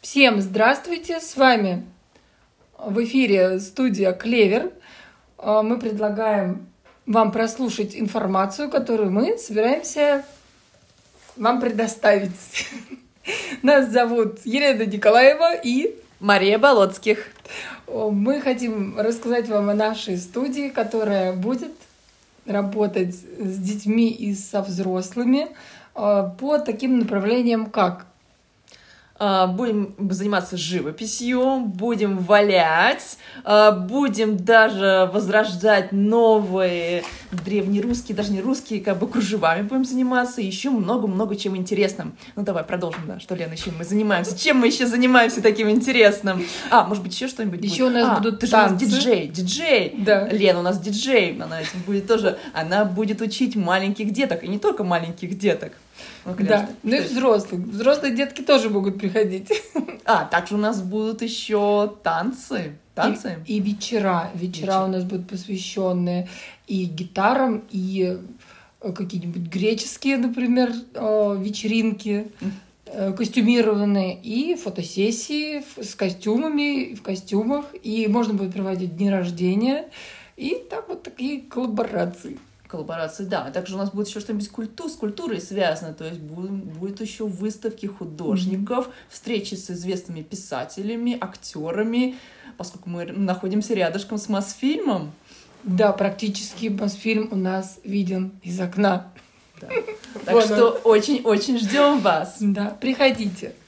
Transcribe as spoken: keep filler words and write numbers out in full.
Всем здравствуйте, с вами в эфире студия Клевер. Мы предлагаем вам прослушать информацию, которую мы собираемся вам предоставить. Нас зовут Елена Николаева и Мария Болоцких. Мы хотим рассказать вам о нашей студии, которая будет работать с детьми и со взрослыми по таким направлениям, как будем заниматься живописью, будем валять, будем даже возрождать новые древнерусские, даже не русские, как бы кружевами будем заниматься, и еще много-много чем интересным. Ну давай продолжим, да, что, Лена, чем мы занимаемся? Чем мы еще занимаемся таким интересным? А, может быть, еще что-нибудь Еще будет? у нас а, будут ты танцы. же у нас диджей, диджей. Да. Лена у нас диджей, она этим будет тоже, она будет учить маленьких деток, и не только маленьких деток. Ну, да, что, ну и взрослых. Взрослые детки тоже могут приходить. А, также у нас будут еще танцы. Танцы. И, и вечера. Вечера Вечер. у нас будут посвященные и гитарам, и какие-нибудь греческие, например, вечеринки, костюмированные, и фотосессии с костюмами, в костюмах. И можно будет проводить дни рождения. И там вот такие коллаборации. Коллаборации, да. А также у нас будет еще что-нибудь культу, с культурой связано. То есть будет, будет еще выставки художников, mm-hmm. встречи с известными писателями, актерами, поскольку мы находимся рядышком с Мосфильмом. Да, практически Мосфильм у нас виден из окна. Да. Так что очень-очень ждем вас. Да, приходите.